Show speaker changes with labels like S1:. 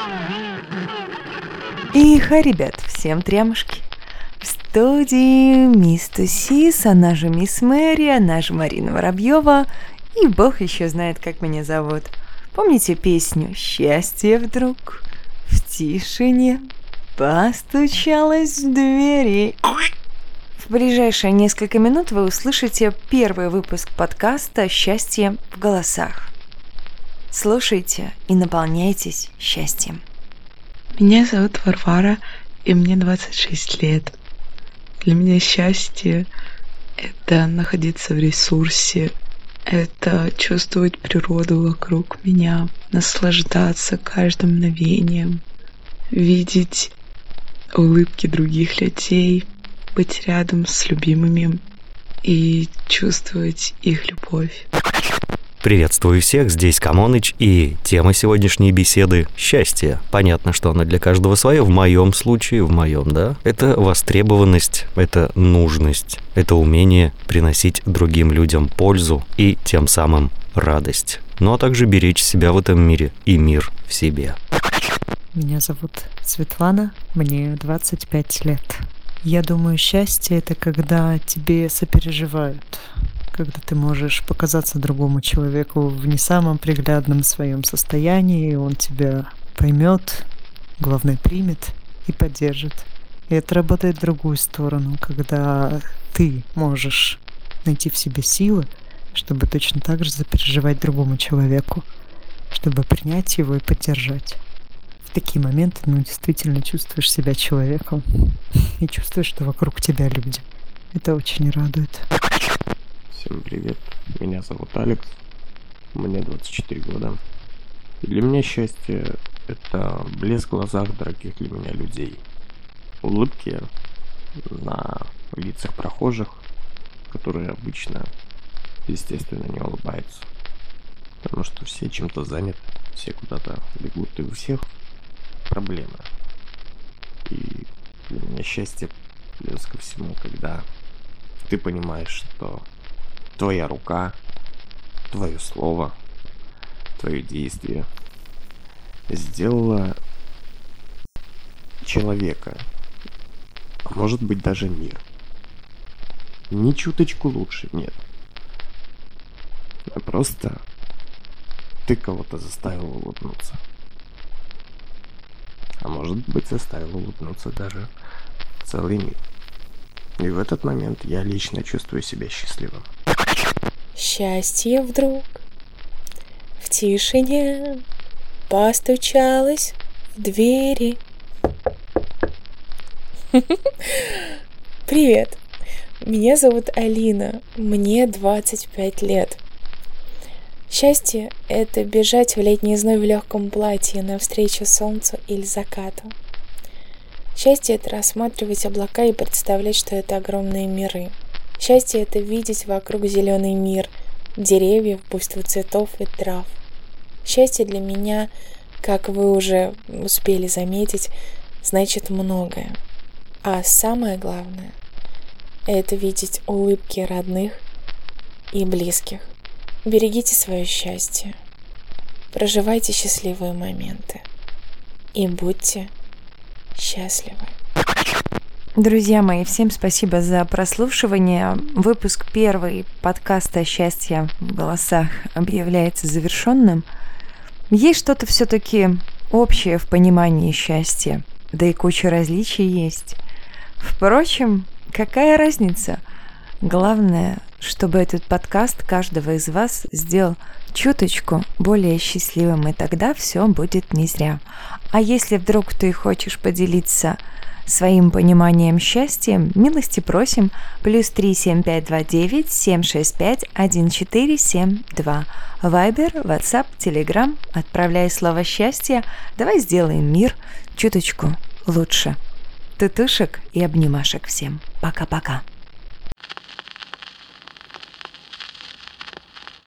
S1: Иха, ребят, всем трямушки. В студии мисс Тусис, она же мисс Мэри, она же Марина Воробьева, и бог еще знает, как меня зовут. Помните песню «Счастье вдруг в тишине постучалось в двери»? В ближайшие несколько минут вы услышите первый выпуск подкаста «Счастье в голосах». Слушайте и наполняйтесь счастьем.
S2: Меня зовут Варвара, и мне 26 лет. Для меня счастье — это находиться в ресурсе, это чувствовать природу вокруг меня, наслаждаться каждым мгновением, видеть улыбки других людей, быть рядом с любимыми и чувствовать их любовь.
S3: Приветствую всех, здесь Камоныч, и тема сегодняшней беседы – счастье. Понятно, что оно для каждого свое, в моем случае, да? Это востребованность, это нужность, это умение приносить другим людям пользу и тем самым радость. Ну а также беречь себя в этом мире и мир в себе.
S4: Меня зовут Светлана, мне 25 лет. Я думаю, счастье – это когда тебе сопереживают, когда ты можешь показаться другому человеку в не самом приглядном своем состоянии, и он тебя поймет, главное, примет и поддержит. И это работает в другую сторону, когда ты можешь найти в себе силы, чтобы точно так же сопереживать другому человеку, чтобы принять его и поддержать. В такие моменты, действительно чувствуешь себя человеком и чувствуешь, что вокруг тебя люди. Это очень радует.
S5: Всем привет, меня зовут Алекс, мне 24 года. И для меня счастье – это блеск в глазах дорогих для меня людей. Улыбки на лицах прохожих, которые обычно, естественно, не улыбаются. Потому что все чем-то заняты, все куда-то бегут, и у всех проблемы. И для меня счастье плюс ко всему, когда ты понимаешь, что твоя рука, твое слово, твое действие сделало человека, а может быть даже мир, ни чуточку лучше, нет. А просто ты кого-то заставил улыбнуться. А может быть, заставил улыбнуться даже целый мир. И в этот момент я лично чувствую себя счастливым.
S6: Счастье вдруг в тишине постучалось в двери. Привет, меня зовут Алина, мне 25 лет. Счастье – это бежать в летний зной в легком платье навстречу солнцу или закату. Счастье – это рассматривать облака и представлять, что это огромные миры. Счастье – это видеть вокруг зеленый мир, деревьев, буйство цветов и трав. Счастье для меня, как вы уже успели заметить, значит многое. А самое главное – это видеть улыбки родных и близких. Берегите свое счастье, проживайте счастливые моменты и будьте счастливы.
S1: Друзья мои, всем спасибо за прослушивание. Выпуск первый подкаста «Счастье в голосах» объявляется завершенным. Есть что-то все-таки общее в понимании счастья, да и куча различий есть. Впрочем, какая разница? Главное, чтобы этот подкаст каждого из вас сделал чуточку более счастливым, и тогда все будет не зря. А если вдруг ты хочешь поделиться своим пониманием счастья, милости просим, +3 7529 765 1472. Вайбер, WhatsApp, Telegram. Отправляй слово «счастье». Давай сделаем мир чуточку лучше. Тутушек и обнимашек всем. Пока-пока.